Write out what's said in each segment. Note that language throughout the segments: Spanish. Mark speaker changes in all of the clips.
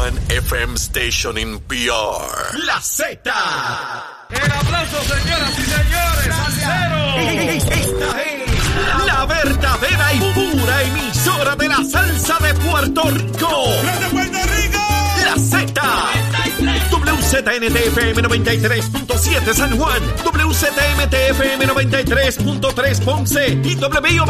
Speaker 1: #1 FM station in PR.
Speaker 2: La Z.
Speaker 3: El aplauso, señoras y señores.
Speaker 2: Esta es la verdadera y pura emisora de la salsa de Puerto Rico.
Speaker 3: ¡Desde Puerto Rico!
Speaker 2: La Z. WZNT-FM 93.7 San Juan, WZMT-FM 93.3 Ponce y WIOB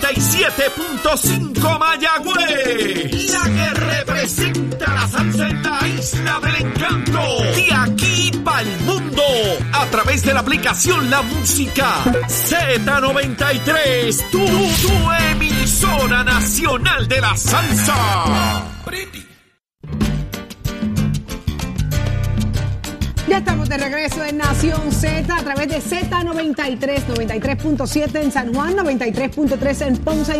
Speaker 2: 97.5 Mayagüez. La que representa la salsa en la Isla del Encanto. De aquí para el mundo, a través de la aplicación La Música Z93, tu emisora nacional de la salsa.
Speaker 4: Ya estamos de regreso en Nación Z a través de Z93, 93.7 en San Juan, 93.3 en Ponce y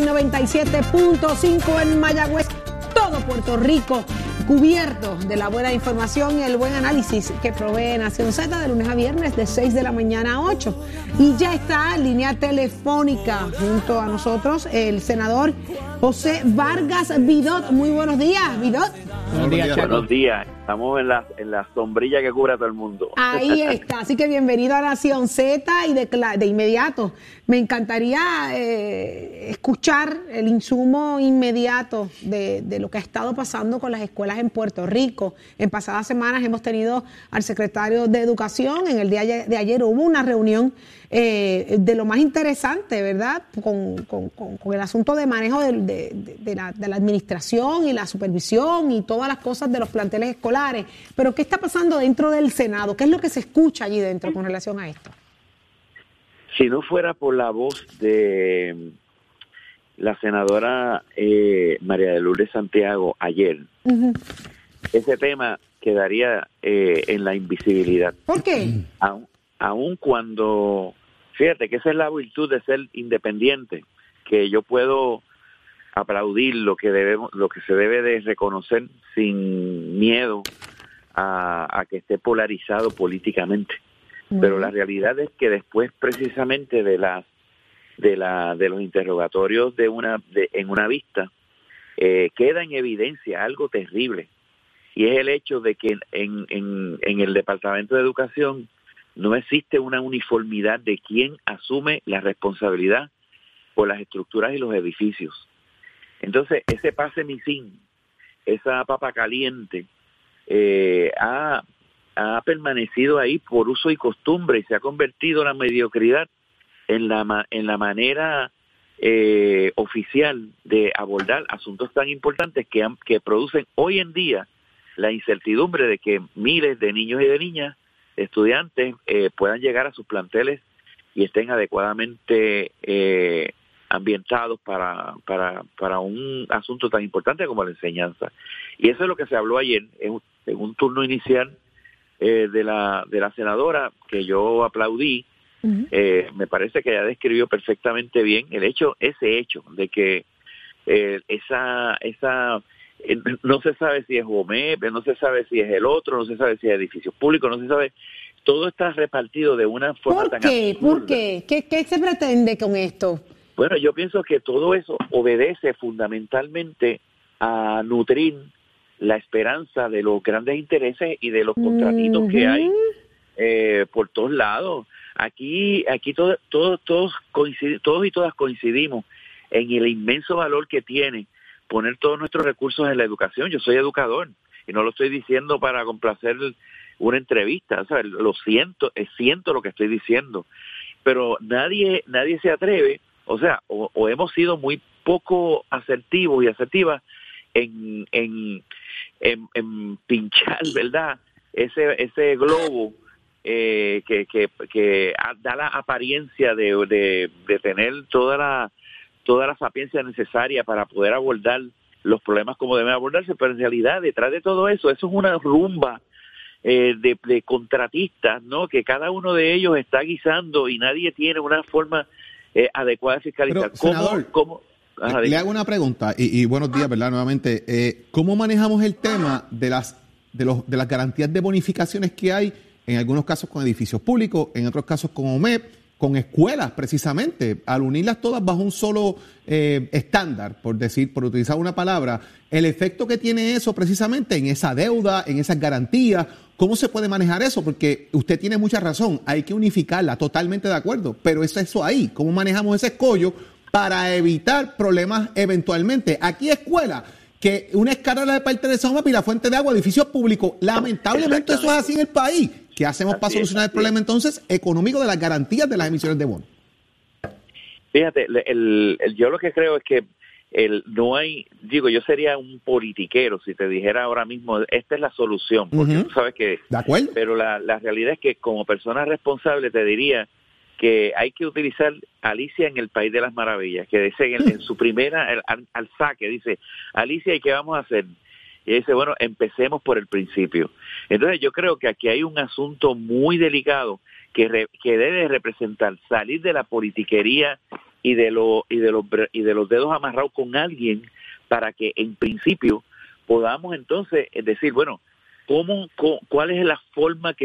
Speaker 4: 97.5 en Mayagüez. Todo Puerto Rico cubierto de la buena información y el buen análisis que provee Nación Z de lunes a viernes de 6 de la mañana a 8. Y ya está en línea telefónica junto a nosotros el senador José Vargas Vidot. Muy buenos días, Vidot.
Speaker 5: Buenos días. Estamos en la sombrilla que cubre a todo el mundo.
Speaker 4: Ahí está. Así que bienvenido a Nación Z y de inmediato. Me encantaría escuchar el insumo inmediato de lo que ha estado pasando con las escuelas en Puerto Rico. En pasadas semanas hemos tenido al secretario de Educación. En el día de ayer hubo una reunión de lo más interesante, ¿verdad? Con el asunto de manejo de la administración y la supervisión y todas las cosas de los planteles escolares. Pero ¿qué está pasando dentro del Senado? ¿Qué es lo que se escucha allí dentro con relación a esto?
Speaker 5: Si no fuera por la voz de la senadora María de Lourdes Santiago ayer, ese tema quedaría en la invisibilidad.
Speaker 4: ¿Por qué?
Speaker 5: Aun cuando, fíjate que esa es la virtud de ser independiente, que yo puedo aplaudir lo que se debe de reconocer sin miedo a que esté polarizado políticamente. Pero la realidad es que después precisamente de los interrogatorios en una vista queda en evidencia algo terrible, y es el hecho de que en el Departamento de Educación no existe una uniformidad de quién asume la responsabilidad por las estructuras y los edificios. Entonces, ese pase misín, esa papa caliente, ha permanecido ahí por uso y costumbre, y se ha convertido la mediocridad en la manera oficial de abordar asuntos tan importantes que producen hoy en día la incertidumbre de que miles de niños y de niñas, estudiantes, puedan llegar a sus planteles y estén adecuadamente ambientados para un asunto tan importante como la enseñanza. Y eso es lo que se habló ayer en un turno inicial de la senadora, que yo aplaudí. Me parece que ella describió perfectamente bien ese hecho de que no se sabe si es OMEP, no se sabe si es el otro, no se sabe si es edificios públicos, no se sabe. Todo está repartido de una forma tan absurda.
Speaker 4: ¿Por qué? ¿Qué se pretende con esto?
Speaker 5: Bueno, yo pienso que todo eso obedece fundamentalmente a nutrir la esperanza de los grandes intereses y de los contratitos que hay por todos lados. Aquí todos y todas coincidimos en el inmenso valor que tiene poner todos nuestros recursos en la educación. Yo soy educador y no lo estoy diciendo para complacer una entrevista, o sea, siento lo que estoy diciendo, pero nadie se atreve, o sea, o hemos sido muy poco asertivos y asertivas en pinchar, ¿verdad?, ese globo que da la apariencia de tener toda la sapiencia necesaria para poder abordar los problemas como deben abordarse, pero en realidad detrás de todo eso es una rumba de contratistas, ¿no?, que cada uno de ellos está guisando y nadie tiene una forma adecuada de fiscalizar.
Speaker 6: Pero, senador, le hago una pregunta, y buenos días, ¿verdad?, nuevamente. ¿Cómo manejamos el tema de las garantías de bonificaciones que hay en algunos casos con edificios públicos, en otros casos con OMEP, con escuelas precisamente, al unirlas todas bajo un solo estándar, por utilizar una palabra, el efecto que tiene eso precisamente en esa deuda, en esas garantías, ¿cómo se puede manejar eso? Porque usted tiene mucha razón, hay que unificarla, totalmente de acuerdo, pero es eso ahí, ¿cómo manejamos ese escollo para evitar problemas eventualmente? Aquí escuela, que una escalera de parte de San Juan y la fuente de agua, edificios públicos, lamentablemente eso es así en el país. ¿Qué hacemos para solucionar el problema entonces económico de las garantías de las emisiones de bonos?
Speaker 5: Fíjate, yo lo que creo es que no hay, yo sería un politiquero si te dijera ahora mismo, esta es la solución, porque tú sabes que...
Speaker 6: De acuerdo.
Speaker 5: Pero la realidad es que como persona responsable te diría que hay que utilizar Alicia en el País de las Maravillas, que dice en su primera, al saque, dice, Alicia, ¿y qué vamos a hacer? Y dice, bueno, empecemos por el principio. Entonces yo creo que aquí hay un asunto muy delicado que debe representar salir de la politiquería y de los dedos amarrados con alguien para que en principio podamos entonces decir, bueno, ¿cuál es la forma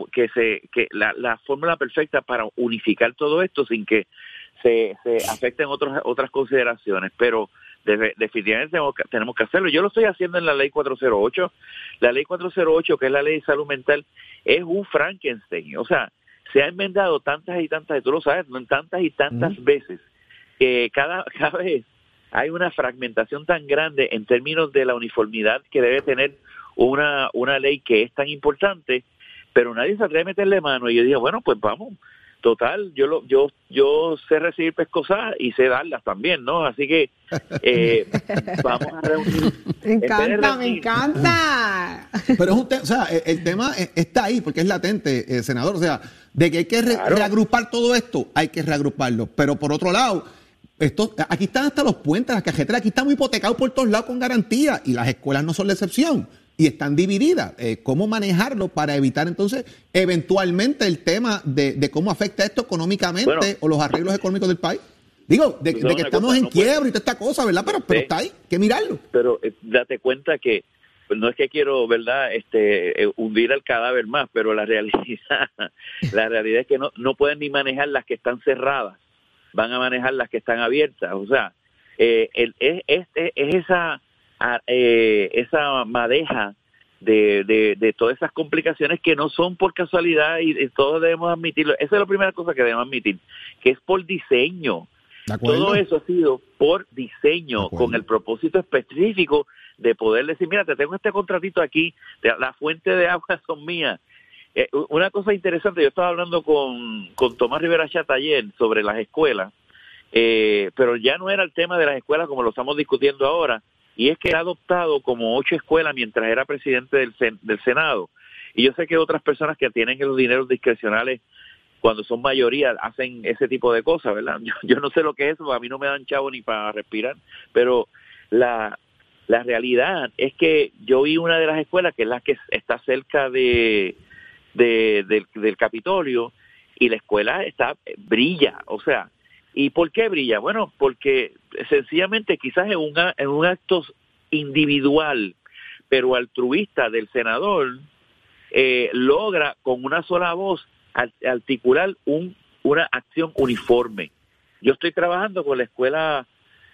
Speaker 5: la fórmula perfecta para unificar todo esto sin que se afecten otras consideraciones? Pero definitivamente tenemos que hacerlo. Yo lo estoy haciendo en la ley 408. La ley 408, que es la ley de salud mental, es un Frankenstein. O sea, se ha enmendado tantas y tantas, tú lo sabes, tantas y tantas veces, que cada vez hay una fragmentación tan grande en términos de la uniformidad que debe tener una ley que es tan importante, pero nadie se atreve a meterle mano. Y yo dije, bueno, pues vamos. Total, yo sé recibir pescosas y sé darlas también, ¿no? Así que vamos a reunir.
Speaker 4: Me encanta.
Speaker 6: Pero es o sea, el tema está ahí porque es latente, senador. O sea, de que hay que reagrupar todo esto, hay que reagruparlo. Pero por otro lado, aquí están hasta los puentes, las cajeteras, aquí estamos hipotecados por todos lados con garantía y las escuelas no son la excepción. Y están divididas. ¿Cómo manejarlo para evitar entonces eventualmente el tema de cómo afecta esto económicamente o los arreglos económicos del país? Digo, de que estamos en quiebra y toda esta cosa, ¿verdad? Pero está ahí, hay que mirarlo.
Speaker 5: Pero date cuenta que no es que quiero, ¿verdad?, hundir al cadáver más, pero la realidad es que no pueden ni manejar las que están cerradas, van a manejar las que están abiertas. O sea, es esa madeja de todas esas complicaciones que no son por casualidad y todos debemos admitirlo. Esa es la primera cosa que debemos admitir, que es por diseño. Todo eso ha sido por diseño, con el propósito específico de poder decir, mira, te tengo este contratito aquí, la fuente de agua son mías. Una cosa interesante, yo estaba hablando con Tomás Rivera Chat ayer sobre las escuelas, pero ya no era el tema de las escuelas como lo estamos discutiendo ahora, y es que ha adoptado como 8 escuelas mientras era presidente del Senado. Y yo sé que otras personas que tienen los dineros discrecionales, cuando son mayoría, hacen ese tipo de cosas, ¿verdad? Yo no sé lo que es eso, a mí no me dan chavo ni para respirar, pero la realidad es que yo vi una de las escuelas, que es la que está cerca del Capitolio, y la escuela brilla, o sea, ¿y por qué brilla? Bueno, porque sencillamente quizás en un acto individual, pero altruista del senador, logra con una sola voz articular una acción uniforme. Yo estoy trabajando con la escuela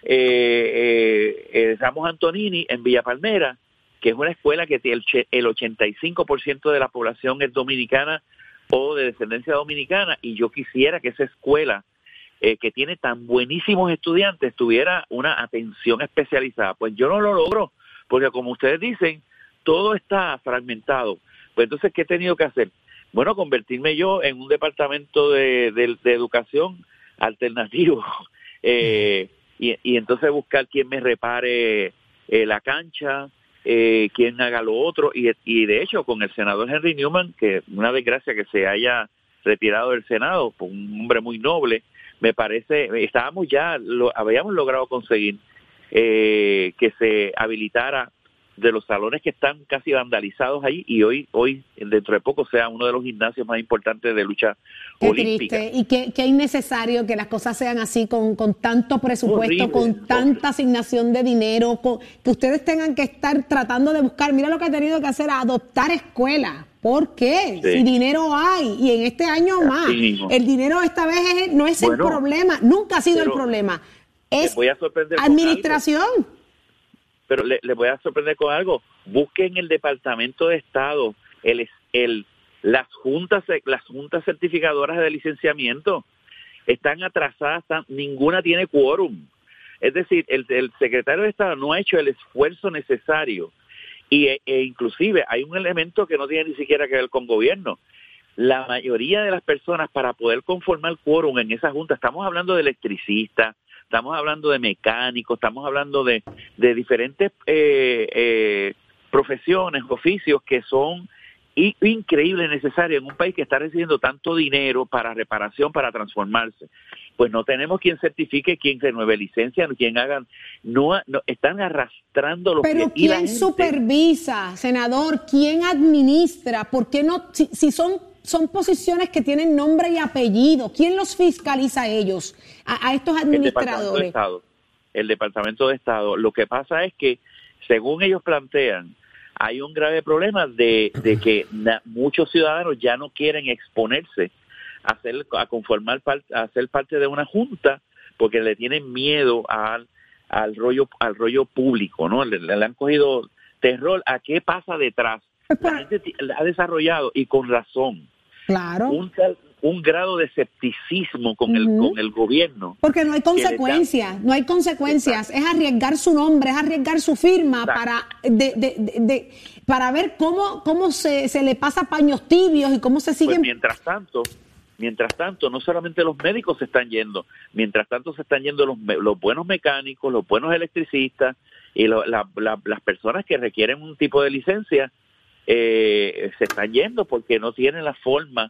Speaker 5: Ramos Antonini en Villa Palmera, que es una escuela que tiene el 85% de la población es dominicana o de descendencia dominicana, y yo quisiera que esa escuela que tiene tan buenísimos estudiantes tuviera una atención especializada. Pues yo no lo logro, porque como ustedes dicen, todo está fragmentado. Pues entonces, ¿qué he tenido que hacer? Bueno, convertirme yo en un departamento de educación alternativo y entonces buscar quién me repare la cancha, quién haga lo otro, y de hecho con el senador Henry Newman, que una desgracia que se haya retirado del Senado, pues un hombre muy noble, me parece, habíamos logrado conseguir que se habilitara de los salones que están casi vandalizados ahí, y hoy dentro de poco sea uno de los gimnasios más importantes de lucha olímpica.
Speaker 4: Triste. Y qué innecesario que las cosas sean así, con tanto presupuesto, con tanta asignación de dinero, que ustedes tengan que estar tratando de buscar. Mira lo que ha tenido que hacer, adoptar escuelas ¿Por qué?
Speaker 5: Sí.
Speaker 4: Si dinero hay, y en este año más.
Speaker 5: mismo.
Speaker 4: El dinero esta vez no es el problema, nunca ha sido el problema. Es
Speaker 5: voy a sorprender con
Speaker 4: administración.
Speaker 5: Pero le voy a sorprender con algo. Busquen el Departamento de Estado, las juntas certificadoras de licenciamiento. Están atrasadas, ninguna tiene quórum. Es decir, el secretario de Estado no ha hecho el esfuerzo necesario. E inclusive hay un elemento que no tiene ni siquiera que ver con gobierno. La mayoría de las personas para poder conformar quórum en esa junta, estamos hablando de electricistas, estamos hablando de mecánicos, estamos hablando de diferentes profesiones, oficios que son increíbles, necesarios en un país que está recibiendo tanto dinero para reparación, para transformarse. Pues no tenemos quien certifique, quien renueve licencia, quien hagan, no están arrastrando los
Speaker 4: Pero ¿quién supervisa, senador? ¿Quién administra? ¿Por qué no? Si son posiciones que tienen nombre y apellido, ¿quién los fiscaliza a ellos, a estos administradores?
Speaker 5: El Departamento de Estado. Lo que pasa es que, según ellos plantean, hay un grave problema de que muchos ciudadanos ya no quieren exponerse a ser parte de una junta porque le tienen miedo al rollo público, ¿no? Le han cogido terror a qué pasa detrás. La gente ha desarrollado, y con razón,
Speaker 4: claro,
Speaker 5: un grado de escepticismo con el gobierno.
Speaker 4: Porque no hay consecuencias, es arriesgar su nombre, es arriesgar su firma para ver cómo se le pasa paños tibios y cómo se siguen.
Speaker 5: Pues mientras tanto, no solamente los médicos se están yendo, mientras tanto se están yendo los buenos mecánicos, los buenos electricistas y las personas que requieren un tipo de licencia se están yendo porque no tienen la forma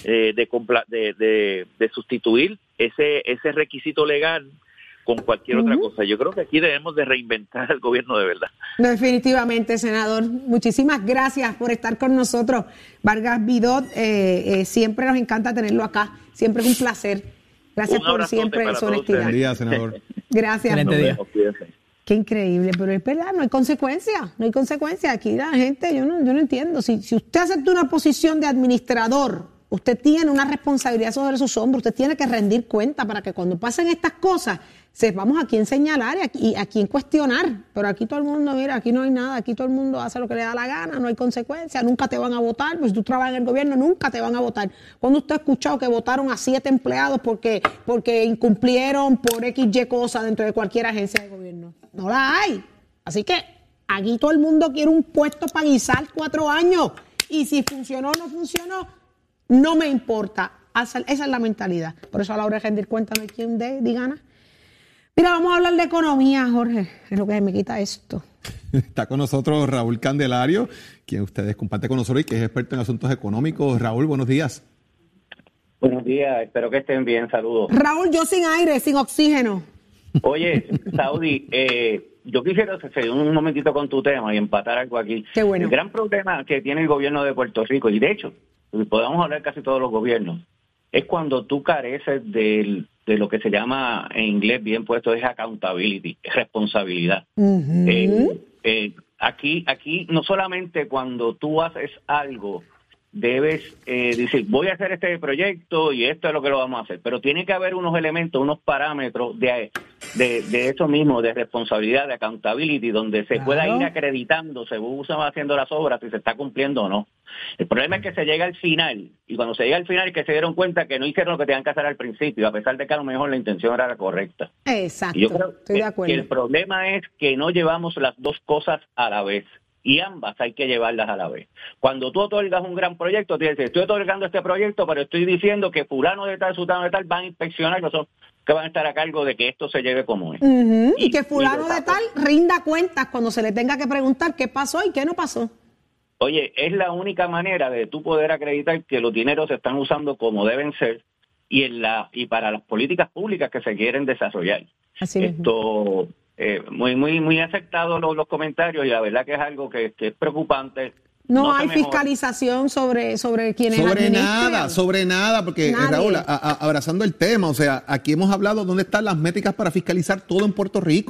Speaker 5: de sustituir ese requisito legal con cualquier otra cosa. Yo creo que aquí debemos de reinventar el gobierno de verdad.
Speaker 4: Definitivamente, senador. Muchísimas gracias por estar con nosotros. Vargas Vidot, siempre nos encanta tenerlo acá. Siempre es un placer. Gracias por siempre su honestidad.
Speaker 6: Buen día, senador.
Speaker 4: Gracias.
Speaker 5: Día.
Speaker 4: Qué increíble, pero es verdad, no hay consecuencia. Aquí la gente, yo no entiendo. Si usted acepta una posición de administrador, usted tiene una responsabilidad sobre sus hombros, usted tiene que rendir cuenta para que cuando pasen estas cosas, sepamos a quién señalar y a quién cuestionar. Pero aquí todo el mundo, mira, aquí no hay nada, aquí todo el mundo hace lo que le da la gana, no hay consecuencias, nunca te van a votar, pues si tú trabajas en el gobierno, nunca te van a votar. ¿Cuándo usted ha escuchado que votaron a 7 empleados porque incumplieron por XY cosa dentro de cualquier agencia de gobierno? No la hay. Así que aquí todo el mundo quiere un puesto para guisar 4 años. Y si funcionó o no funcionó, no me importa. Esa es la mentalidad. Por eso a la hora de rendir cuenta no hay quien diga nada. Mira, vamos a hablar de economía, Jorge. Es lo que me quita esto.
Speaker 6: Está con nosotros Raúl Candelario, quien ustedes comparte con nosotros y que es experto en asuntos económicos. Raúl, buenos días.
Speaker 7: Buenos días, espero que estén bien, saludos.
Speaker 4: Raúl, yo sin aire, sin oxígeno.
Speaker 7: Oye, Saudi, yo quisiera seguir un momentito con tu tema y empatar algo aquí.
Speaker 4: Qué bueno.
Speaker 7: El gran problema que tiene el gobierno de Puerto Rico, y de hecho, podemos hablar casi todos los gobiernos, es cuando tú careces de lo que se llama en inglés bien puesto es accountability, es responsabilidad.
Speaker 4: Uh-huh.
Speaker 7: Aquí no solamente cuando tú haces algo debes decir, voy a hacer este proyecto y esto es lo que lo vamos a hacer, pero tiene que haber unos elementos, unos parámetros de eso mismo, de responsabilidad, de accountability, donde se pueda ir acreditando según se van haciendo las obras, si se está cumpliendo o no. El problema es que se llega al final, y cuando se llega al final es que se dieron cuenta que no hicieron lo que tenían que hacer al principio, a pesar de que a lo mejor la intención era la correcta.
Speaker 4: Exacto,
Speaker 7: y yo creo
Speaker 4: estoy de acuerdo.
Speaker 7: Que el problema es que no llevamos las dos cosas a la vez. Y ambas hay que llevarlas a la vez. Cuando tú otorgas un gran proyecto, te dices, estoy otorgando este proyecto, pero estoy diciendo que fulano de tal, sutano de tal, van a inspeccionar, que van a estar a cargo de que esto se lleve como es.
Speaker 4: Uh-huh. Y que fulano de tal rinda cuentas cuando se le tenga que preguntar qué pasó y qué no pasó.
Speaker 7: Oye, es la única manera de tú poder acreditar que los dineros se están usando como deben ser y para las políticas públicas que se quieren desarrollar.
Speaker 4: Así mismo.
Speaker 7: Muy aceptados los comentarios y la verdad que es algo que es preocupante.
Speaker 4: No hay fiscalización sobre quienes administran.
Speaker 6: Sobre nada, porque Raúl, abrazando el tema, o sea, aquí hemos hablado dónde están las métricas para fiscalizar todo en Puerto Rico.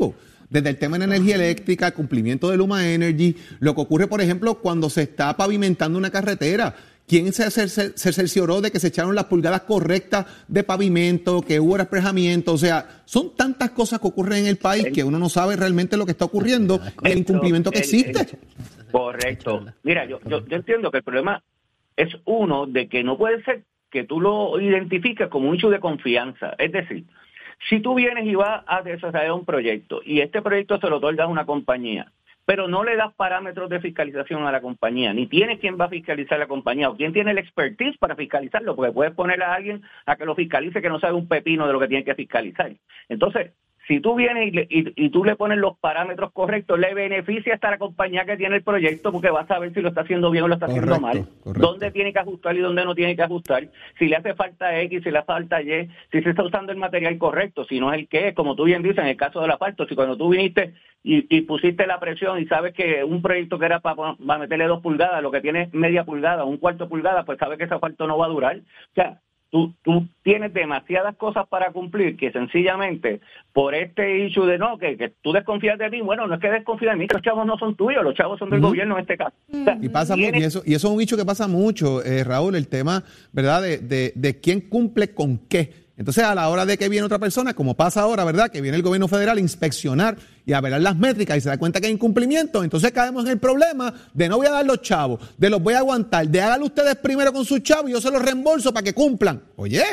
Speaker 6: desde el tema de energía eléctrica, cumplimiento de Luma Energy, lo que ocurre, por ejemplo, cuando se está pavimentando una carretera. ¿Quién se cercioró de que se echaron las pulgadas correctas de pavimento, que hubo refrescamiento? O sea, son tantas cosas que ocurren en el país que uno no sabe realmente lo que está ocurriendo, el incumplimiento que existe.
Speaker 7: Correcto. Mira, yo entiendo que el problema es uno de que no puede ser que tú lo identifiques como un issue de confianza. Es decir, si tú vienes y vas a desarrollar un proyecto y este proyecto se lo otorgas a una compañía, pero no le das parámetros de fiscalización a la compañía, ni tienes quién va a fiscalizar la compañía o quién tiene el expertise para fiscalizarlo, porque puedes poner a alguien a que lo fiscalice que no sabe un pepino de lo que tiene que fiscalizar. Entonces, si tú vienes y tú le pones los parámetros correctos, le beneficia hasta la compañía que tiene el proyecto porque va a saber si lo está haciendo bien o lo está haciendo mal, dónde tiene que ajustar y dónde no tiene que ajustar, si le hace falta X, si le hace falta Y, si se está usando el material correcto, si no es el que es, como tú bien dices, en el caso del asfalto, si cuando tú viniste y pusiste la presión y sabes que un proyecto que era para meterle 2 pulgadas, lo que tiene media pulgada, 1/4 pulgada, pues sabes que ese asfalto no va a durar. O sea, Tú tienes demasiadas cosas para cumplir que sencillamente por este issue de que tú desconfías de mí, bueno, no es que desconfías de mí, que los chavos no son tuyos, los chavos son del gobierno en este caso. O sea,
Speaker 6: y pasa mucho, y eso es un issue que pasa mucho, Raúl, el tema, ¿verdad?, de quién cumple con qué. Entonces, a la hora de que viene otra persona, como pasa ahora, ¿verdad?, que viene el gobierno federal a inspeccionar y a ver las métricas y se da cuenta que hay incumplimiento, entonces caemos en el problema de no voy a dar los chavos, de los voy a aguantar, de háganlo ustedes primero con sus chavos y yo se los reembolso para que cumplan. Oye.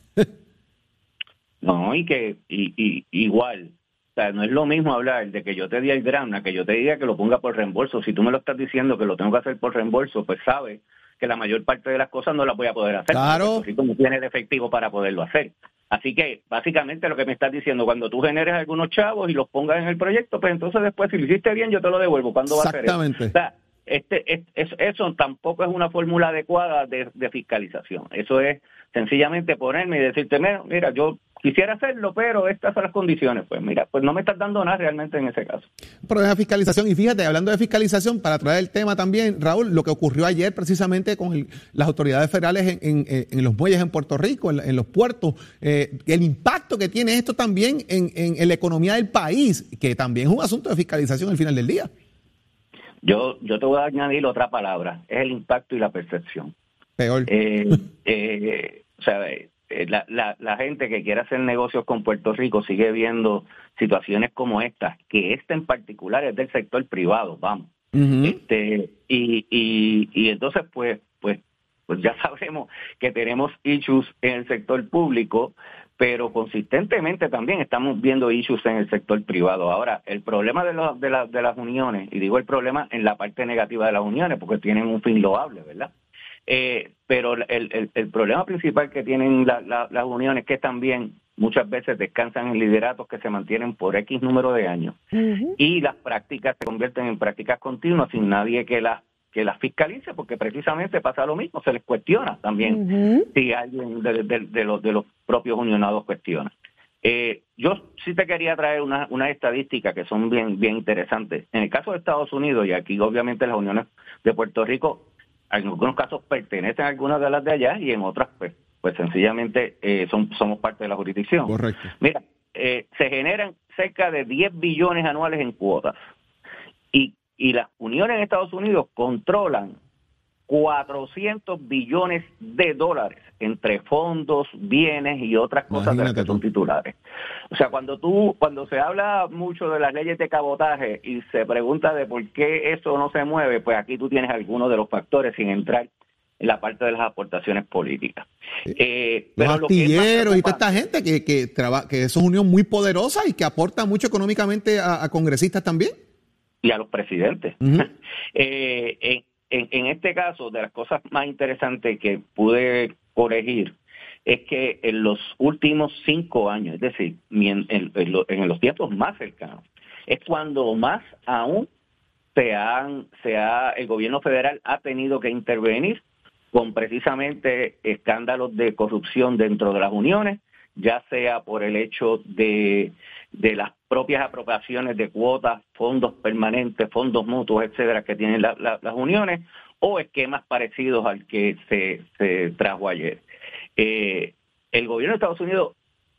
Speaker 7: No, igual, o sea, no es lo mismo hablar de que yo te di el grant a que yo te diga que lo ponga por reembolso. Si tú me lo estás diciendo que lo tengo que hacer por reembolso, pues sabes que la mayor parte de las cosas no las voy a poder hacer.
Speaker 6: Claro.
Speaker 7: Si tú no tienes el efectivo para poderlo hacer. Así que, básicamente, lo que me estás diciendo, cuando tú generes algunos chavos y los pongas en el proyecto, pues entonces después, si lo hiciste bien, yo te lo devuelvo. ¿Cuándo va a ser eso?
Speaker 6: Exactamente.
Speaker 7: O sea, eso tampoco es una fórmula adecuada de fiscalización. Eso es sencillamente ponerme y decirte, mira, yo quisiera hacerlo, pero estas son las condiciones. Pues mira, pues no me estás dando nada realmente en ese caso.
Speaker 6: Problema de fiscalización. Y fíjate, hablando de fiscalización, para traer el tema también, Raúl, lo que ocurrió ayer precisamente con las autoridades federales en los muelles en Puerto Rico, en los puertos, el impacto que tiene esto también en la economía del país, que también es un asunto de fiscalización al final del día.
Speaker 7: Yo te voy a añadir otra palabra, es el impacto y la percepción.
Speaker 6: Peor.
Speaker 7: O sea, la gente que quiere hacer negocios con Puerto Rico sigue viendo situaciones como estas, que esta en particular es del sector privado, vamos.
Speaker 6: Uh-huh.
Speaker 7: Y entonces pues ya sabemos que tenemos issues en el sector público, pero consistentemente también estamos viendo issues en el sector privado. Ahora, el problema de las uniones, y digo el problema en la parte negativa de las uniones, porque tienen un fin loable, ¿verdad? Pero el problema principal que tienen las uniones es que también muchas veces descansan en lideratos que se mantienen por X número de años. Uh-huh. Y las prácticas se convierten en prácticas continuas sin nadie que las fiscalice, porque precisamente pasa lo mismo, se les cuestiona también. Uh-huh. Si alguien de los propios unionados cuestiona. Yo sí te quería traer una estadística que son bien interesantes. En el caso de Estados Unidos, y aquí obviamente las uniones de Puerto Rico, en algunos casos pertenecen a algunas de las de allá y en otras pues sencillamente somos parte de la jurisdicción.
Speaker 6: Correcto.
Speaker 7: Mira, se generan cerca de 10 billones anuales en cuotas y las uniones en Estados Unidos controlan 400 billones de dólares entre fondos, bienes y otras cosas de las que son titulares. O sea, cuando se habla mucho de las leyes de cabotaje y se pregunta de por qué eso no se mueve, pues aquí tú tienes algunos de los factores sin entrar en la parte de las aportaciones políticas.
Speaker 6: Los astilleros y toda esta gente que es una unión muy poderosa y que aporta mucho económicamente a congresistas también.
Speaker 7: Y a los presidentes. Uh-huh. En este caso, de las cosas más interesantes que pude corregir es que en los últimos 5 años, es decir, en los tiempos más cercanos, es cuando más aún el gobierno federal ha tenido que intervenir con precisamente escándalos de corrupción dentro de las uniones, ya sea por el hecho de las propias apropiaciones de cuotas, fondos permanentes, fondos mutuos, etcétera, que tienen las uniones, o esquemas parecidos al que se trajo ayer. El gobierno de Estados Unidos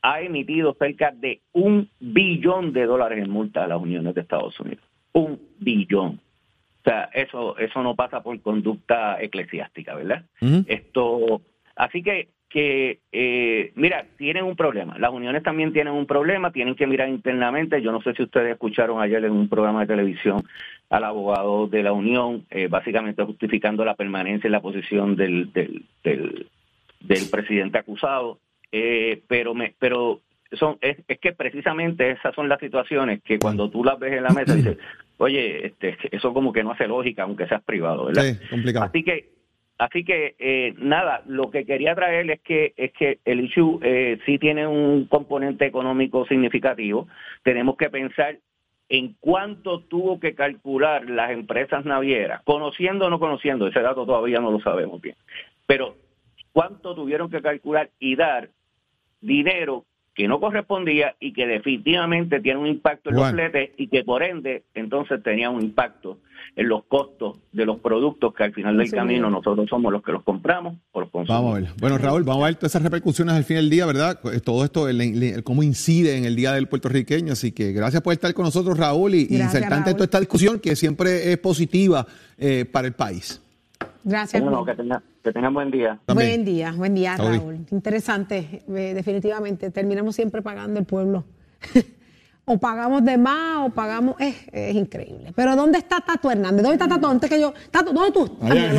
Speaker 7: ha emitido cerca de $1 billón en multas a las uniones de Estados Unidos. $1 billón. O sea, eso no pasa por conducta eclesiástica, ¿verdad? Así que mira, tienen un problema. Las uniones también tienen un problema, tienen que mirar internamente. Yo no sé si ustedes escucharon ayer en un programa de televisión al abogado de la unión, básicamente justificando la permanencia en la posición del presidente acusado. Pero es que precisamente esas son las situaciones que cuando tú las ves en la mesa dices, oye, eso como que no hace lógica, aunque seas privado, ¿verdad?
Speaker 6: Sí, complicado.
Speaker 7: Así que nada, lo que quería traer es que el issue sí tiene un componente económico significativo. Tenemos que pensar en cuánto tuvo que calcular las empresas navieras, conociendo o no conociendo, ese dato todavía no lo sabemos bien, pero cuánto tuvieron que calcular y dar dinero que no correspondía y que definitivamente tiene un impacto en los fletes y que por ende entonces tenía un impacto en los costos de los productos que al final del camino nosotros somos los que los compramos o los consumimos.
Speaker 6: Vamos a ver. Bueno, Raúl, vamos a ver todas esas repercusiones al fin del día, ¿verdad? Todo esto, cómo incide en el día del puertorriqueño. Así que gracias por estar con nosotros, Raúl, y insertante en toda esta discusión que siempre es positiva para el país.
Speaker 4: Gracias.
Speaker 7: Bueno, que tengan buen día.
Speaker 4: También. Buen día, Raúl. Interesante, definitivamente. Terminamos siempre pagando el pueblo. O pagamos de más, o pagamos... Es increíble. Pero ¿dónde está Tato Hernández? ¿Dónde está Tato? Antes que yo... Tato, ¿dónde tú?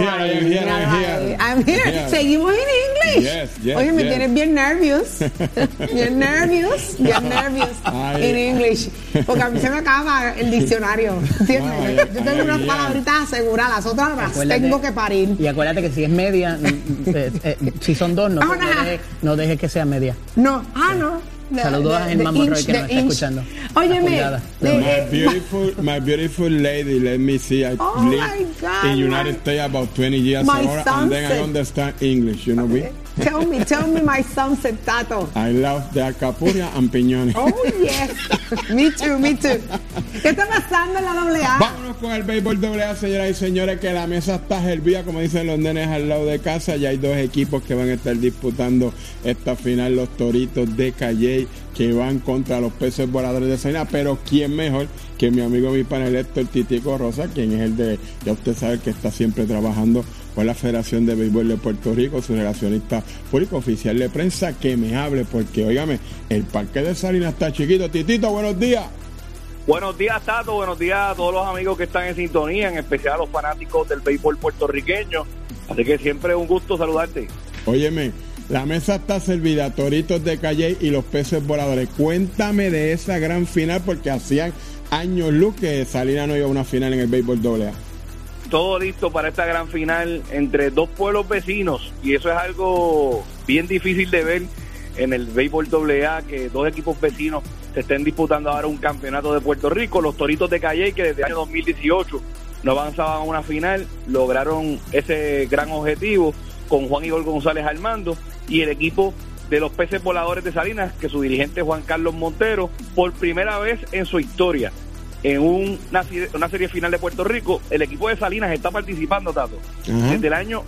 Speaker 4: I'm here. Seguimos en inglés. Oye, me tienes bien nervious. Bien nervious. En inglés. Porque a mí se me acaba el diccionario. ¿Entiendes? Yo tengo unas palabritas aseguradas, las otras las tengo que parir.
Speaker 8: Y acuérdate que si es media, si son dos, no dejes que sea media.
Speaker 4: No. No.
Speaker 8: Saludos a Germán Monroy que nos está escuchando.
Speaker 4: Óyeme,
Speaker 9: my beautiful lady, let me see. I lived in United States about 20 years ago, and then I understand English, you know me.
Speaker 4: Tell me my sunset, Tato.
Speaker 9: I love the alcapurria and piñones.
Speaker 4: Oh, yes. Me too. ¿Qué está pasando en la AA?
Speaker 9: Vámonos con el béisbol AA, señoras y señores, que la mesa está servida, como dicen los nenes al lado de casa. Ya hay dos equipos que van a estar disputando esta final, los Toritos de Calley, que van contra los Peces Voladores de Salinas. Pero ¿quién mejor que mi amigo, mi panel Héctor Titico Rosa, quien es el de, ya usted sabe que está siempre trabajando con la Federación de Béisbol de Puerto Rico, su relacionista público oficial de prensa, que me hable, porque óigame, el parque de Salinas está chiquito. Titito, buenos días.
Speaker 3: Buenos días, Tato, buenos días a todos los amigos que están en sintonía, en especial a los fanáticos del béisbol puertorriqueño, así que siempre es un gusto saludarte.
Speaker 9: Óyeme, la mesa está servida, Toritos de Calley y los Peces Voladores. Cuéntame de esa gran final, porque hacían años luz que Salinas no iba a una final en el béisbol AA.
Speaker 3: Todo listo para esta gran final entre dos pueblos vecinos, y eso es algo bien difícil de ver en el béisbol AA, que dos equipos vecinos se estén disputando ahora un campeonato de Puerto Rico. Los Toritos de Calley, que desde el año 2018 no avanzaban a una final, lograron ese gran objetivo con Juan Igor González al mando, y el equipo de los Peces Voladores de Salinas, que su dirigente Juan Carlos Montero, por primera vez en su historia en una serie final de Puerto Rico, el equipo de Salinas está participando, Tato, desde el año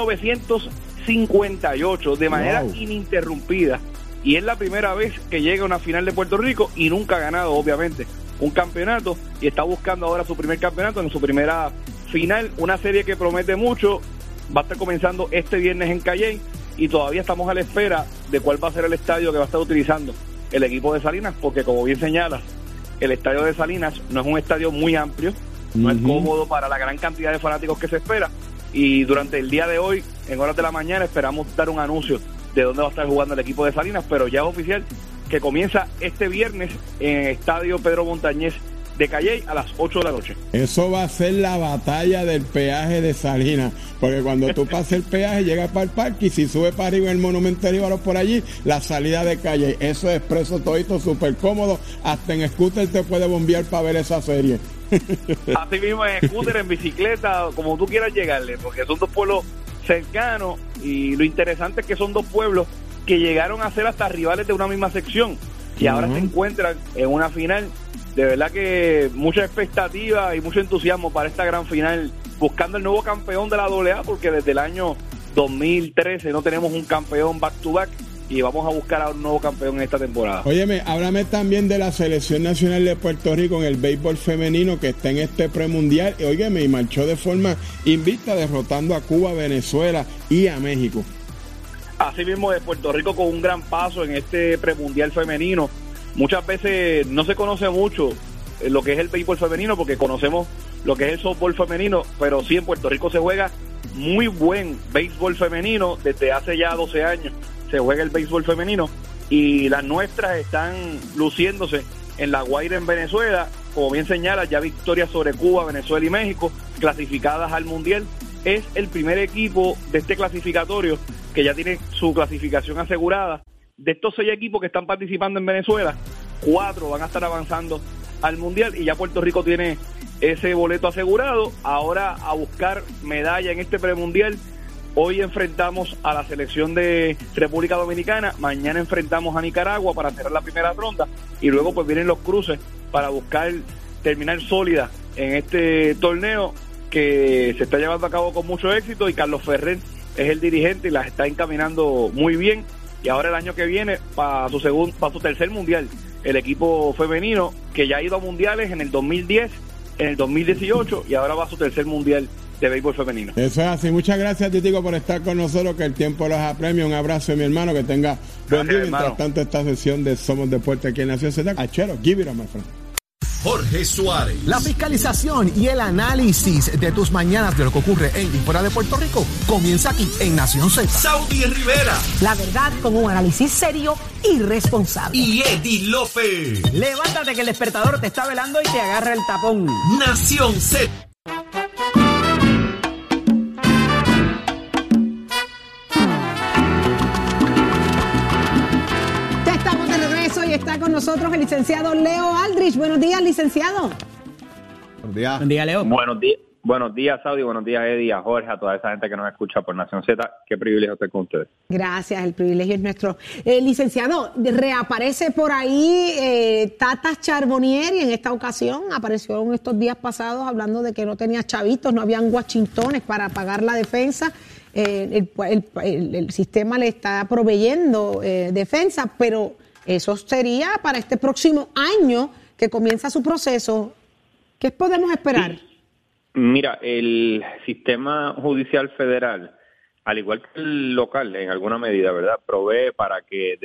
Speaker 3: 1958 de manera ininterrumpida, y es la primera vez que llega a una final de Puerto Rico y nunca ha ganado, obviamente, un campeonato, y está buscando ahora su primer campeonato en su primera final. Una serie que promete mucho, va a estar comenzando este viernes en Calley, y todavía estamos a la espera de cuál va a ser el estadio que va a estar utilizando el equipo de Salinas, porque como bien señalas, el estadio de Salinas no es un estadio muy amplio, no es cómodo para la gran cantidad de fanáticos que se espera, y durante el día de hoy, en horas de la mañana, esperamos dar un anuncio de dónde va a estar jugando el equipo de Salinas, pero ya es oficial que comienza este viernes en el estadio Pedro Montañez de Calley a las 8 de la noche.
Speaker 9: Eso va a ser la batalla del peaje de Salinas, porque cuando tú pasas el peaje llegas para el parque, y si subes para arriba en el Monumento Jíbaro por allí, la salida de Calley, eso es expreso todito, súper cómodo, hasta en scooter te puede bombear para ver esa serie.
Speaker 3: Así mismo, en scooter, en bicicleta, como tú quieras llegarle, porque son dos pueblos cercanos, y lo interesante es que son dos pueblos que llegaron a ser hasta rivales de una misma sección, y ahora se encuentran en una final. De verdad que mucha expectativa y mucho entusiasmo para esta gran final, buscando el nuevo campeón de la AA, porque desde el año 2013 no tenemos un campeón back-to-back, y vamos a buscar a un nuevo campeón en esta temporada.
Speaker 9: Óyeme, háblame también de la Selección Nacional de Puerto Rico en el béisbol femenino que está en este premundial. Óyeme, y marchó de forma invicta derrotando a Cuba, Venezuela y a México.
Speaker 3: Así mismo de Puerto Rico con un gran paso en este premundial femenino. Muchas veces no se conoce mucho lo que es el béisbol femenino porque conocemos lo que es el softball femenino, pero sí en Puerto Rico se juega muy buen béisbol femenino desde hace ya 12 años. Se juega el béisbol femenino y las nuestras están luciéndose en la Guaira en Venezuela, como bien señala, ya victorias sobre Cuba, Venezuela y México, clasificadas al Mundial. Es el primer equipo de este clasificatorio que ya tiene su clasificación asegurada. De estos 6 equipos que están participando en Venezuela, 4 van a estar avanzando al Mundial y ya Puerto Rico tiene ese boleto asegurado. Ahora a buscar medalla en este premundial. Hoy enfrentamos a la selección de República Dominicana, mañana enfrentamos a Nicaragua para cerrar la primera ronda y luego pues vienen los cruces para buscar terminar sólida en este torneo que se está llevando a cabo con mucho éxito y Carlos Ferrer es el dirigente y las está encaminando muy bien. Y ahora el año que viene para su tercer mundial, el equipo femenino que ya ha ido a mundiales en el 2010, en el 2018 y ahora va a su tercer mundial de béisbol femenino.
Speaker 9: Eso es así. Muchas gracias, Titico, por estar con nosotros, que el tiempo los apremia. Un abrazo, mi hermano, que tenga buen día. Mientras tanto, esta sesión de Somos Deporte aquí en Nación Z. Achero, give it up, my friend.
Speaker 2: Jorge Suárez.
Speaker 10: La fiscalización y el análisis de tus mañanas de lo que ocurre en y fuera de Puerto Rico comienza aquí en Nación Z.
Speaker 2: Saudi Rivera.
Speaker 11: La verdad con un análisis serio y responsable.
Speaker 2: Y Eddie López.
Speaker 8: Levántate que el despertador te está velando y te agarra el tapón.
Speaker 2: Nación Z.
Speaker 4: Está con nosotros el licenciado Leo Aldrich. Buenos días, licenciado.
Speaker 6: Buenos días.
Speaker 8: Buen día, Leo.
Speaker 12: Buenos días, Saudi. Buenos días, Eddie, a Jorge, a toda esa gente que nos escucha por Nación Z. Qué privilegio estar con ustedes.
Speaker 4: Gracias, el privilegio es nuestro. Licenciado, reaparece por ahí Tata Charbonnier y en esta ocasión apareció en estos días pasados hablando de que no tenía chavitos, no habían washingtones para pagar la defensa. El sistema le está proveyendo defensa, pero eso sería para este próximo año que comienza su proceso. ¿Qué podemos esperar?
Speaker 12: Sí. Mira, el sistema judicial federal, al igual que el local en alguna medida, ¿verdad?, provee para que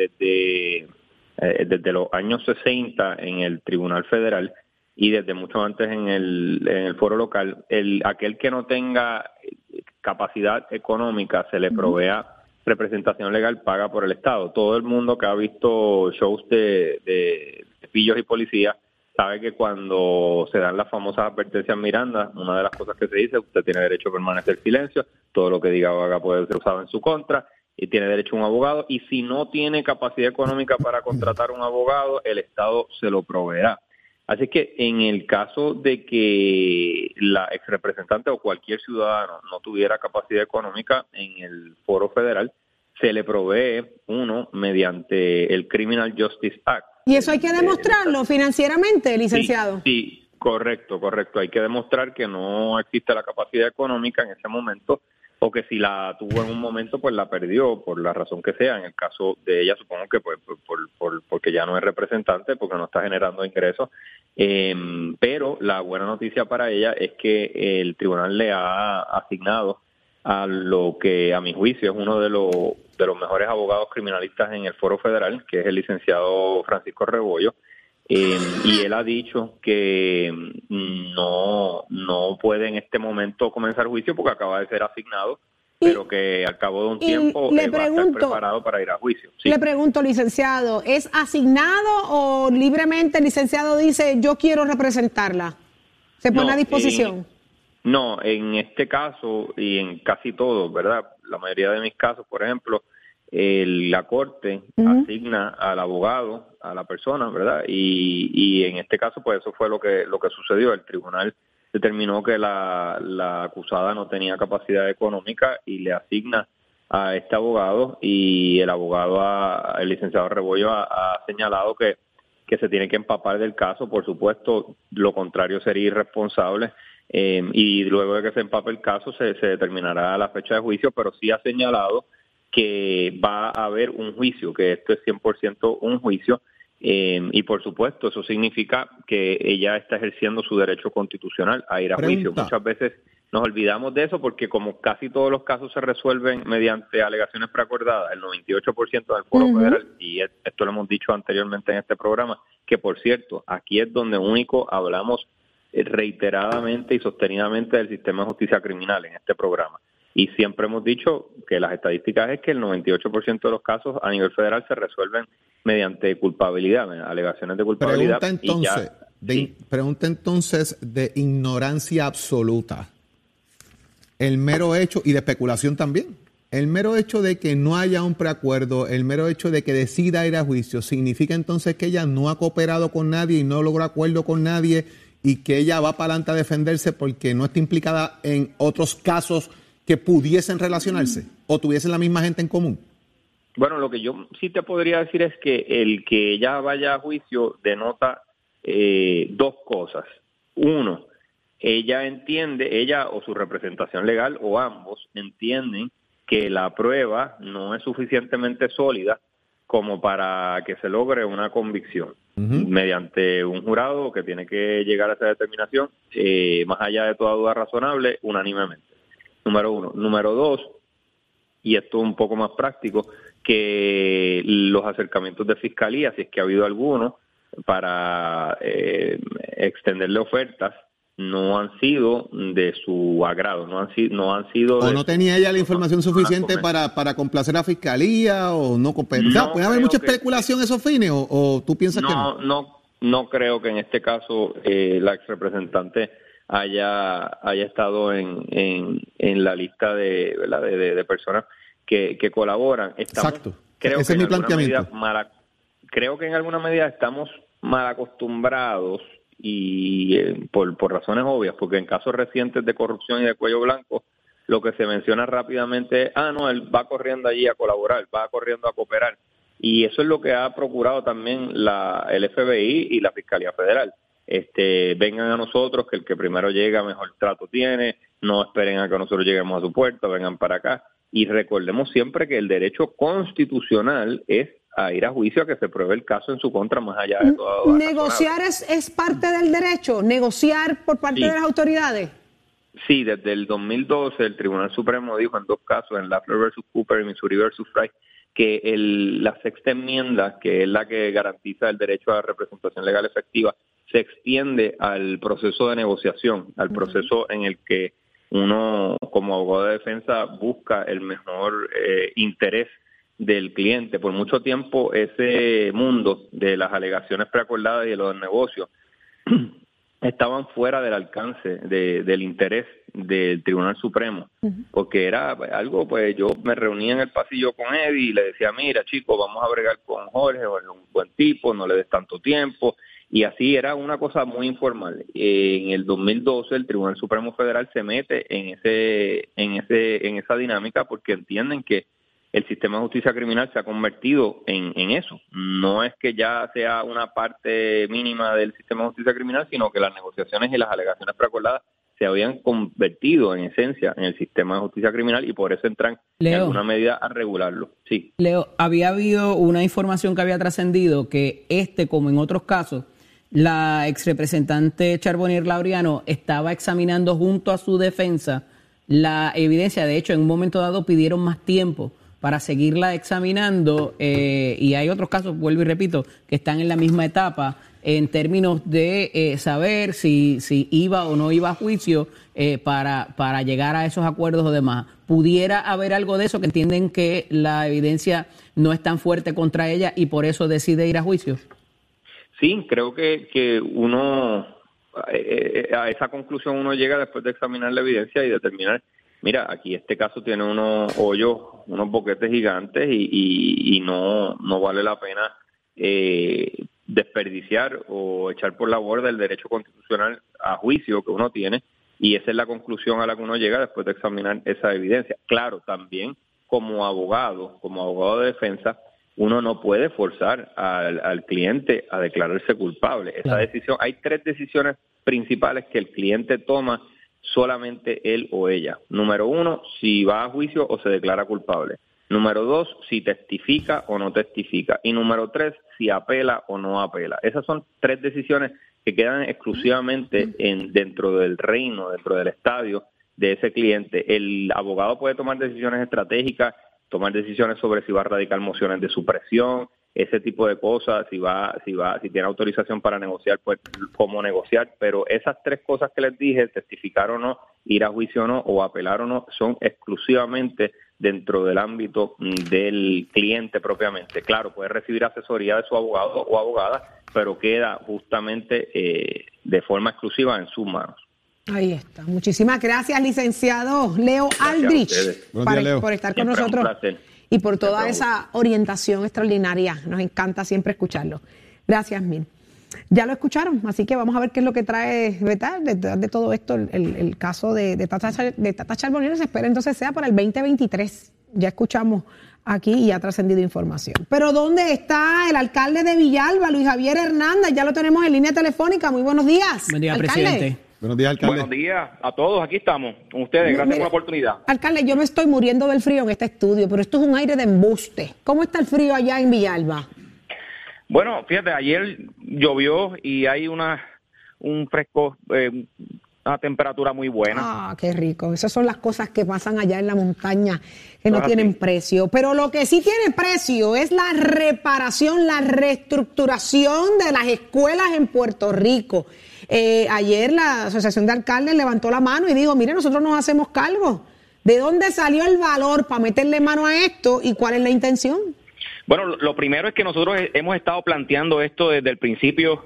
Speaker 12: desde los años 60 en el Tribunal Federal y desde mucho antes en el foro local, aquel que no tenga capacidad económica se le provea representación legal paga por el Estado. Todo el mundo que ha visto shows de pillos y policías sabe que cuando se dan las famosas advertencias Miranda, una de las cosas que se dice, usted tiene derecho a permanecer en silencio, todo lo que diga o haga puede ser usado en su contra, y tiene derecho a un abogado, y si no tiene capacidad económica para contratar un abogado, el Estado se lo proveerá. Así que en el caso de que la exrepresentante o cualquier ciudadano no tuviera capacidad económica en el foro federal, se le provee uno mediante el Criminal Justice Act.
Speaker 4: ¿Y eso hay que demostrarlo financieramente, licenciado?
Speaker 12: Sí, correcto. Hay que demostrar que no existe la capacidad económica en ese momento o que si la tuvo en un momento, pues la perdió por la razón que sea. En el caso de ella, supongo que pues porque ya no es representante, porque no está generando ingresos. Pero la buena noticia para ella es que el tribunal le ha asignado a lo que a mi juicio es uno de los mejores abogados criminalistas en el foro federal, que es el licenciado Francisco Rebollo, y él ha dicho que no puede en este momento comenzar juicio porque acaba de ser asignado, pero que al cabo de un tiempo va a estar preparado para ir a juicio. Sí.
Speaker 4: Le pregunto, licenciado, ¿es asignado o libremente el licenciado dice yo quiero representarla? ¿Se pone a disposición?
Speaker 12: No, en este caso y en casi todos, ¿verdad? La mayoría de mis casos, por ejemplo, la corte asigna al abogado, a la persona, ¿verdad? Y en este caso, pues eso fue lo que sucedió. El tribunal determinó que la acusada no tenía capacidad económica y le asigna a este abogado, y el abogado, el licenciado Rebollo, ha señalado que se tiene que empapar del caso. Por supuesto, lo contrario sería irresponsable. Y luego de que se empape el caso se determinará la fecha de juicio, pero sí ha señalado que va a haber un juicio, que esto es 100% un juicio, y por supuesto eso significa que ella está ejerciendo su derecho constitucional a ir a juicio. Muchas veces nos olvidamos de eso porque como casi todos los casos se resuelven mediante alegaciones preacordadas, el 98% del Foro Federal, y esto lo hemos dicho anteriormente en este programa, que por cierto, aquí es donde único hablamos reiteradamente y sostenidamente del sistema de justicia criminal en este programa. Y siempre hemos dicho que las estadísticas es que el 98% de los casos a nivel federal se resuelven mediante culpabilidad, alegaciones de culpabilidad.
Speaker 6: Pregunta entonces de ignorancia absoluta. El mero hecho, y de especulación también, el mero hecho de que no haya un preacuerdo, el mero hecho de que decida ir a juicio, ¿significa entonces que ella no ha cooperado con nadie y no logró acuerdo con nadie y que ella va para adelante a defenderse porque no está implicada en otros casos que pudiesen relacionarse o tuviesen la misma gente en común?
Speaker 12: Bueno, lo que yo sí te podría decir es que el que ella vaya a juicio denota dos cosas. Uno, ella o su representación legal o ambos entienden que la prueba no es suficientemente sólida como para que se logre una convicción mediante un jurado que tiene que llegar a esa determinación, más allá de toda duda razonable, unánimemente. Número uno. Número dos, y esto es un poco más práctico, que los acercamientos de fiscalía, si es que ha habido alguno, para extenderle ofertas, no han sido de su agrado, no han sido
Speaker 6: o no tenía ella la información suficiente para complacer a la fiscalía o no cooperar. O sea, ¿puede haber mucha especulación a esos fines o tú piensas que no?
Speaker 12: No creo que en este caso la exrepresentante haya estado en la lista de personas que colaboran.
Speaker 6: Exacto. Ese es mi planteamiento.
Speaker 12: Creo que en alguna medida estamos mal acostumbrados y por razones obvias, porque en casos recientes de corrupción y de cuello blanco, lo que se menciona rápidamente es, él va corriendo allí a colaborar, va corriendo a cooperar. Y eso es lo que ha procurado también el FBI y la Fiscalía Federal. Vengan a nosotros, que el que primero llega mejor trato tiene, no esperen a que nosotros lleguemos a su puerta, vengan para acá. Y recordemos siempre que el derecho constitucional es a ir a juicio a que se pruebe el caso en su contra, más allá de toda duda.
Speaker 4: ¿Negociar es parte del derecho? ¿Negociar por parte de las autoridades?
Speaker 12: Sí, desde el 2012 el Tribunal Supremo dijo en dos casos, en Lafler versus Cooper y Missouri versus Fry, que la sexta enmienda, que es la que garantiza el derecho a la representación legal efectiva, se extiende al proceso de negociación, al proceso en el que uno como abogado de defensa busca el mejor interés del cliente. Por mucho tiempo ese mundo de las alegaciones preacordadas y de los negocios estaban fuera del alcance del interés del Tribunal Supremo, porque era algo, pues yo me reunía en el pasillo con Eddie y le decía, mira chico, vamos a bregar con Jorge, Jorge es un buen tipo, no le des tanto tiempo, y así era una cosa muy informal. En el 2012 el Tribunal Supremo Federal se mete en esa dinámica porque entienden que el sistema de justicia criminal se ha convertido en eso. No es que ya sea una parte mínima del sistema de justicia criminal, sino que las negociaciones y las alegaciones preacordadas se habían convertido en esencia en el sistema de justicia criminal y por eso entran en alguna medida a regularlo. Sí.
Speaker 8: Leo, había habido una información que había trascendido que como en otros casos, la exrepresentante Charbonnier Laureano estaba examinando junto a su defensa la evidencia. De hecho, en un momento dado pidieron más tiempo para seguirla examinando y hay otros casos, vuelvo y repito, que están en la misma etapa en términos de saber si iba o no iba a juicio para llegar a esos acuerdos o demás. ¿Pudiera haber algo de eso, que entienden que la evidencia no es tan fuerte contra ella y por eso decide ir a juicio?
Speaker 12: Sí, creo que uno a esa conclusión uno llega después de examinar la evidencia y determinar, mira, aquí este caso tiene unos hoyos, unos boquetes gigantes y no vale la pena desperdiciar o echar por la borda el derecho constitucional a juicio que uno tiene, y esa es la conclusión a la que uno llega después de examinar esa evidencia. Claro, también como abogado de defensa, uno no puede forzar al cliente a declararse culpable. Esa decisión, hay 3 decisiones principales que el cliente toma solamente él o ella. Número 1, si va a juicio o se declara culpable. Número 2, si testifica o no testifica. Y número 3, si apela o no apela. Esas son 3 decisiones que quedan exclusivamente dentro del reino, dentro del estadio de ese cliente. El abogado puede tomar decisiones estratégicas, tomar decisiones sobre si va a radicar mociones de supresión, ese tipo de cosas, si tiene autorización para negociar, pues cómo negociar, pero esas 3 cosas que les dije, testificar o no, ir a juicio o no, o apelar o no, son exclusivamente dentro del ámbito del cliente propiamente. Claro, puede recibir asesoría de su abogado o abogada, pero queda justamente de forma exclusiva en sus manos.
Speaker 4: Ahí está. Muchísimas gracias, licenciado Leo Aldrich, por estar con nosotros y por toda esa orientación extraordinaria. Nos encanta siempre escucharlo. Gracias mil. Ya lo escucharon, así que vamos a ver qué es lo que trae detrás de todo esto el caso de Tata Charbonnier. Se espera entonces sea para el 2023. Ya escuchamos aquí y ha trascendido información. Pero ¿dónde está el alcalde de Villalba, Luis Javier Hernández? Ya lo tenemos en línea telefónica. Muy buenos días.
Speaker 8: Buen día,
Speaker 4: alcalde.
Speaker 8: presidente.
Speaker 6: Buenos días, alcalde.
Speaker 13: Buenos días a todos, aquí estamos con ustedes, gracias por la oportunidad.
Speaker 4: Alcalde, yo me estoy muriendo del frío en este estudio, pero esto es un aire de embuste. ¿Cómo está el frío allá en Villalba?
Speaker 13: Bueno, fíjate, ayer llovió y hay un fresco, una temperatura muy buena.
Speaker 4: Ah, qué rico. Esas son las cosas que pasan allá en la montaña, que no tienen precio. Pero lo que sí tiene precio es la reparación, la reestructuración de las escuelas en Puerto Rico. Ayer la Asociación de Alcaldes levantó la mano y dijo, mire, nosotros nos hacemos cargo. ¿De dónde salió el valor para meterle mano a esto y cuál es la intención?
Speaker 13: Bueno, lo primero es que nosotros hemos estado planteando esto desde el principio,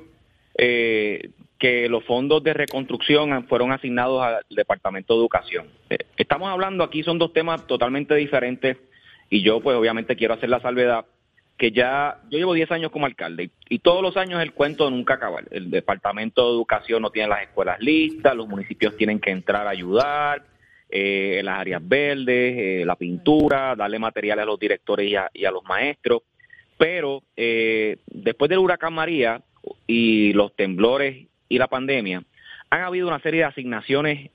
Speaker 13: que los fondos de reconstrucción fueron asignados al Departamento de Educación. Estamos hablando aquí, son 2 temas totalmente diferentes y yo pues obviamente quiero hacer la salvedad que yo llevo 10 años como alcalde y todos los años el cuento nunca acaba. El Departamento de Educación no tiene las escuelas listas, los municipios tienen que entrar a ayudar, en las áreas verdes, la pintura, darle materiales a los directores y a los maestros. Pero después del huracán María y los temblores y la pandemia, han habido una serie de asignaciones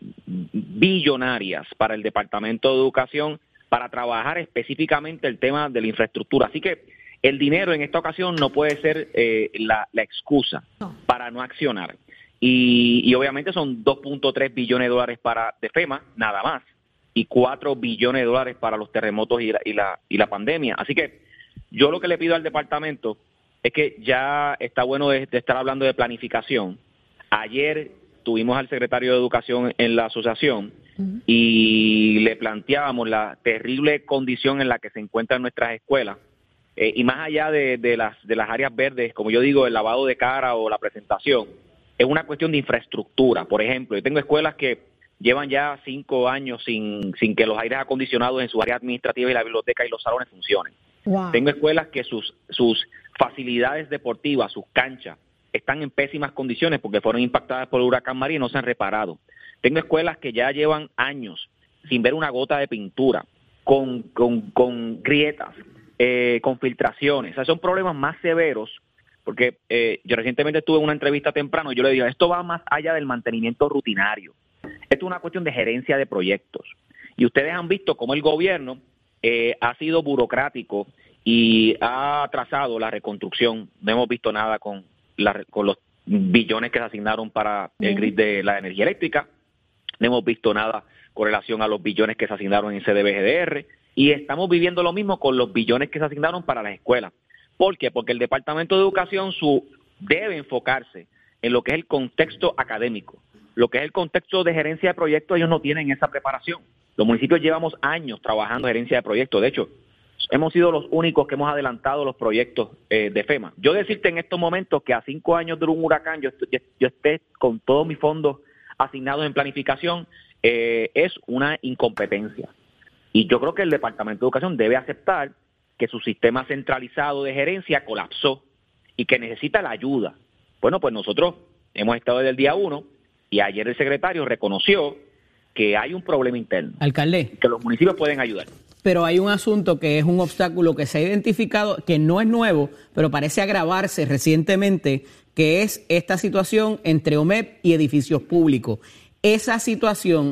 Speaker 13: billonarias para el Departamento de Educación para trabajar específicamente el tema de la infraestructura. Así que el dinero en esta ocasión no puede ser la excusa para no accionar. Y obviamente son 2.3 billones de dólares de FEMA, nada más, y 4 billones de dólares para los terremotos y la pandemia. Así que yo lo que le pido al departamento es que ya está bueno de estar hablando de planificación. Ayer tuvimos al secretario de Educación en la asociación y le planteábamos la terrible condición en la que se encuentran nuestras escuelas. Y más allá de las áreas verdes, como yo digo, el lavado de cara o la presentación, es una cuestión de infraestructura. Por ejemplo, yo tengo escuelas que llevan ya 5 años sin que los aires acondicionados en sus áreas administrativas y la biblioteca y los salones funcionen. Wow. Tengo escuelas que sus facilidades deportivas, sus canchas, están en pésimas condiciones porque fueron impactadas por el huracán María y no se han reparado. Tengo escuelas que ya llevan años sin ver una gota de pintura, con grietas, con filtraciones. O sea, son problemas más severos porque yo recientemente estuve en una entrevista temprano y yo le digo, esto va más allá del mantenimiento rutinario. Esto es una cuestión de gerencia de proyectos. Y ustedes han visto cómo el gobierno ha sido burocrático y ha atrasado la reconstrucción. No hemos visto nada con los billones que se asignaron para el grid de la energía eléctrica. No hemos visto nada con relación a los billones que se asignaron en CDBGDR. Y estamos viviendo lo mismo con los billones que se asignaron para las escuelas. ¿Por qué? Porque el Departamento de Educación debe enfocarse en lo que es el contexto académico. Lo que es el contexto de gerencia de proyectos, ellos no tienen esa preparación. Los municipios llevamos años trabajando en gerencia de proyectos. De hecho, hemos sido los únicos que hemos adelantado los proyectos de FEMA. Yo decirte en estos momentos que a 5 años de un huracán yo esté con todos mis fondos asignados en planificación es una incompetencia. Y yo creo que el Departamento de Educación debe aceptar que su sistema centralizado de gerencia colapsó y que necesita la ayuda. Bueno, pues nosotros hemos estado desde el día 1 y ayer el secretario reconoció que hay un problema interno.
Speaker 8: Alcalde.
Speaker 13: Que los municipios pueden ayudar.
Speaker 8: Pero hay un asunto que es un obstáculo que se ha identificado, que no es nuevo, pero parece agravarse recientemente, que es esta situación entre OMEP y edificios públicos. Esa situación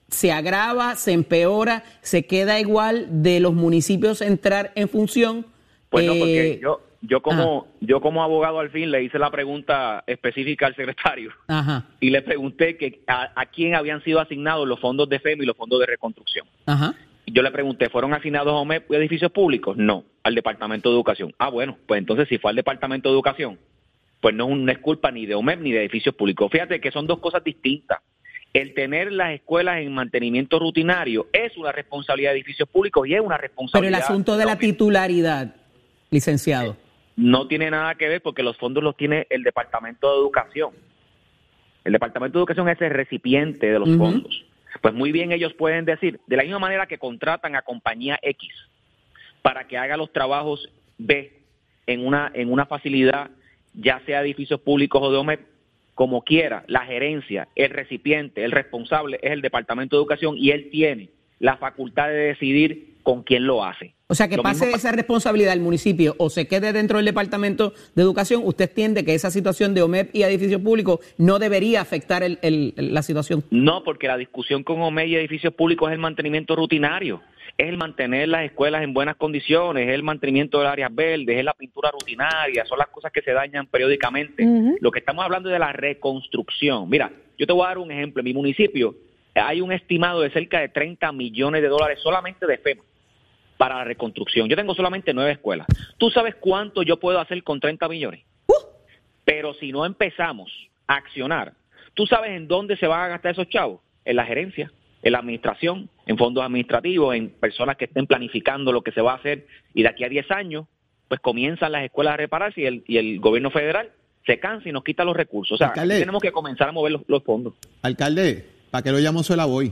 Speaker 8: se agrava, se empeora, se queda igual de los municipios entrar en función.
Speaker 13: Pues no, porque yo como abogado al fin le hice la pregunta específica al secretario.
Speaker 8: Ajá.
Speaker 13: Y le pregunté que a quién habían sido asignados los fondos de FEMA y los fondos de reconstrucción.
Speaker 8: Ajá.
Speaker 13: Yo le pregunté, ¿fueron asignados a OMEP y edificios públicos? No, al Departamento de Educación. Bueno, pues entonces si fue al Departamento de Educación, pues no es culpa ni de OMEP ni de edificios públicos. Fíjate que son dos cosas distintas. El tener las escuelas en mantenimiento rutinario es una responsabilidad de edificios públicos y es una responsabilidad...
Speaker 8: Pero el asunto de la titularidad, licenciado.
Speaker 13: No tiene nada que ver porque los fondos los tiene el Departamento de Educación. El Departamento de Educación es el recipiente de los fondos. Pues muy bien ellos pueden decir, de la misma manera que contratan a compañía X para que haga los trabajos B en una facilidad, ya sea edificios públicos o de OMEP, como quiera, la gerencia, el recipiente, el responsable es el Departamento de Educación y él tiene la facultad de decidir con quién lo hace.
Speaker 8: O sea, que pase esa responsabilidad al municipio o se quede dentro del Departamento de Educación, usted entiende que esa situación de OMEP y edificios públicos no debería afectar la situación.
Speaker 13: No, porque la discusión con OMEP y edificios públicos es el mantenimiento rutinario, es el mantener las escuelas en buenas condiciones, es el mantenimiento de áreas verdes, es la pintura rutinaria, son las cosas que se dañan periódicamente. Lo que estamos hablando es de la reconstrucción. Mira, yo te voy a dar un ejemplo. En mi municipio hay un estimado de cerca de $30 millones solamente de FEMA para la reconstrucción. Yo tengo solamente 9 escuelas. ¿Tú sabes cuánto yo puedo hacer con 30 millones? Pero si no empezamos a accionar, ¿tú sabes en dónde se van a gastar esos chavos? En la gerencia, en la administración, en fondos administrativos, en personas que estén planificando lo que se va a hacer, y de aquí a 10 años, pues comienzan las escuelas a repararse y el gobierno federal se cansa y nos quita los recursos. O sea,
Speaker 6: alcalde,
Speaker 13: tenemos que comenzar a mover los fondos.
Speaker 6: Alcalde, ¿para qué lo llamo Suela Boy?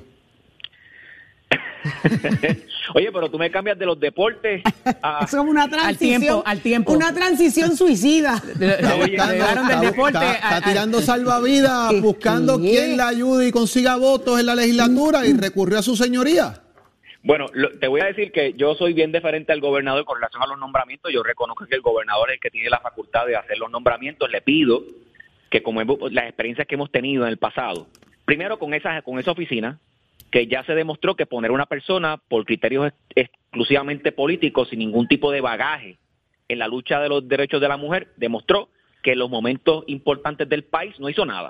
Speaker 13: Oye, pero tú me cambias de los deportes a...
Speaker 4: Es como una transición.
Speaker 8: Al tiempo.
Speaker 4: Una transición suicida.
Speaker 6: Está tirando salvavidas, buscando quién la ayude y consiga votos en la legislatura y recurrió a su señoría.
Speaker 13: Bueno, te voy a decir que yo soy bien diferente al gobernador con relación a los nombramientos. Yo reconozco que el gobernador es el que tiene la facultad de hacer los nombramientos. Le pido que, como las experiencias que hemos tenido en el pasado, primero con esa oficina, que ya se demostró que poner una persona por criterios exclusivamente políticos, sin ningún tipo de bagaje en la lucha de los derechos de la mujer, demostró que en los momentos importantes del país no hizo nada.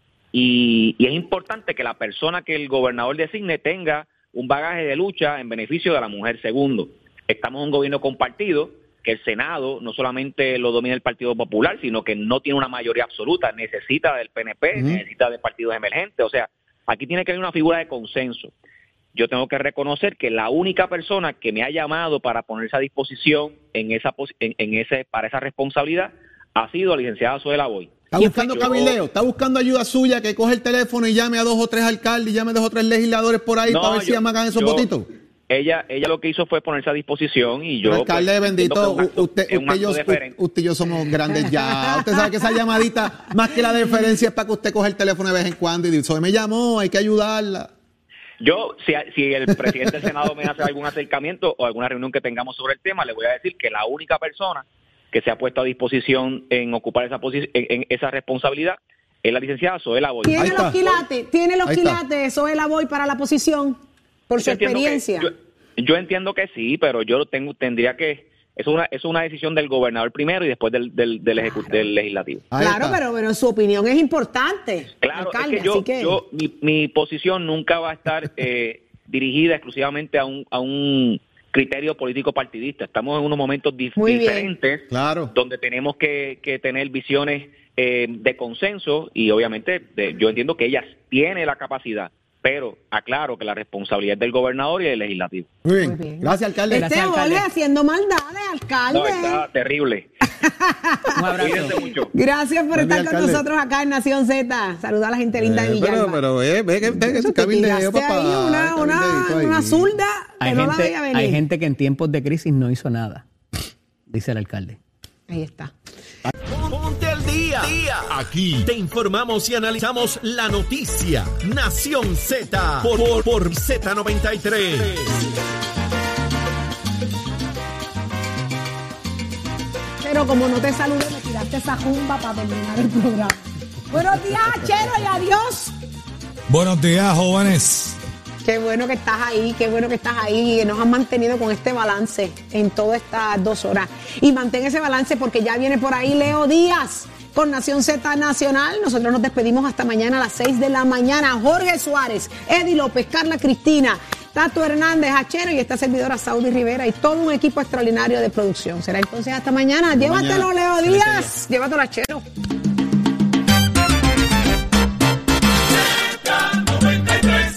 Speaker 13: Y es importante que la persona que el gobernador designe tenga un bagaje de lucha en beneficio de la mujer. Segundo, estamos en un gobierno compartido, que el Senado no solamente lo domina el Partido Popular, sino que no tiene una mayoría absoluta, necesita del PNP, necesita de partidos emergentes, o sea, aquí tiene que haber una figura de consenso. Yo tengo que reconocer que la única persona que me ha llamado para ponerse a disposición para esa responsabilidad ha sido la licenciada Suela Boy.
Speaker 6: Está buscando cabildeo, está buscando ayuda suya, que coge el teléfono y llame a 2 o 3 alcaldes y llame a 2 o 3 legisladores por ahí para ver si amagan esos votitos.
Speaker 13: Ella lo que hizo fue ponerse a disposición y yo...
Speaker 6: Alcalde, pues, bendito, usted y yo somos grandes ya. Usted sabe que esa llamadita, más que la deferencia, es para que usted coge el teléfono de vez en cuando y dice, me llamó, hay que ayudarla.
Speaker 13: Yo, si el presidente del Senado me hace algún acercamiento o alguna reunión que tengamos sobre el tema, le voy a decir que la única persona que se ha puesto a disposición en ocupar esa responsabilidad es la licenciada Suela Boy.
Speaker 4: ¿Tiene los quilates Suela Boy para la posición? Por su experiencia.
Speaker 13: Yo entiendo que sí, pero yo tendría que... Es una decisión del gobernador primero y después del legislativo.
Speaker 4: Claro, pero su opinión es importante.
Speaker 13: Claro,
Speaker 4: alcalde,
Speaker 13: es que mi posición nunca va a estar dirigida exclusivamente a un criterio político partidista. Estamos en unos momentos diferentes,
Speaker 6: claro,
Speaker 13: donde tenemos que tener visiones de consenso y obviamente yo entiendo que ella tiene la capacidad, pero aclaro que la responsabilidad es del gobernador y del legislativo.
Speaker 6: Muy bien. Gracias, alcalde.
Speaker 4: Jorge haciendo maldades, alcalde.
Speaker 13: No, está terrible.
Speaker 8: Un abrazo.
Speaker 13: Cuídense mucho.
Speaker 4: Gracias por estar con nosotros acá en Nación Z. Saluda a la gente linda de Villalba.
Speaker 6: Pero ve que ese cabildeo, papá.
Speaker 4: Una zurda que no la veía venir.
Speaker 8: Hay gente que en tiempos de crisis no hizo nada, dice el alcalde.
Speaker 4: Ahí está.
Speaker 2: Ponte al día. Aquí te informamos y analizamos la noticia. Nación Z por Z93.
Speaker 4: Pero como no te saludé, me tiraste esa jumba para terminar el programa. Buenos días, Chero, y adiós.
Speaker 14: Buenos días, jóvenes.
Speaker 4: Qué bueno que estás ahí, y que nos has mantenido con este balance en todas estas 2 horas. Y mantén ese balance porque ya viene por ahí Leo Díaz con Nación Z Nacional. Nosotros nos despedimos hasta mañana a las 6 de la mañana. Jorge Suárez, Eddie López, Carla Cristina, Tato Hernández, Achero y esta servidora Saudi Rivera y todo un equipo extraordinario de producción. Será entonces hasta mañana. Llévatelo, Leo Díaz. Llévatelo, Achero.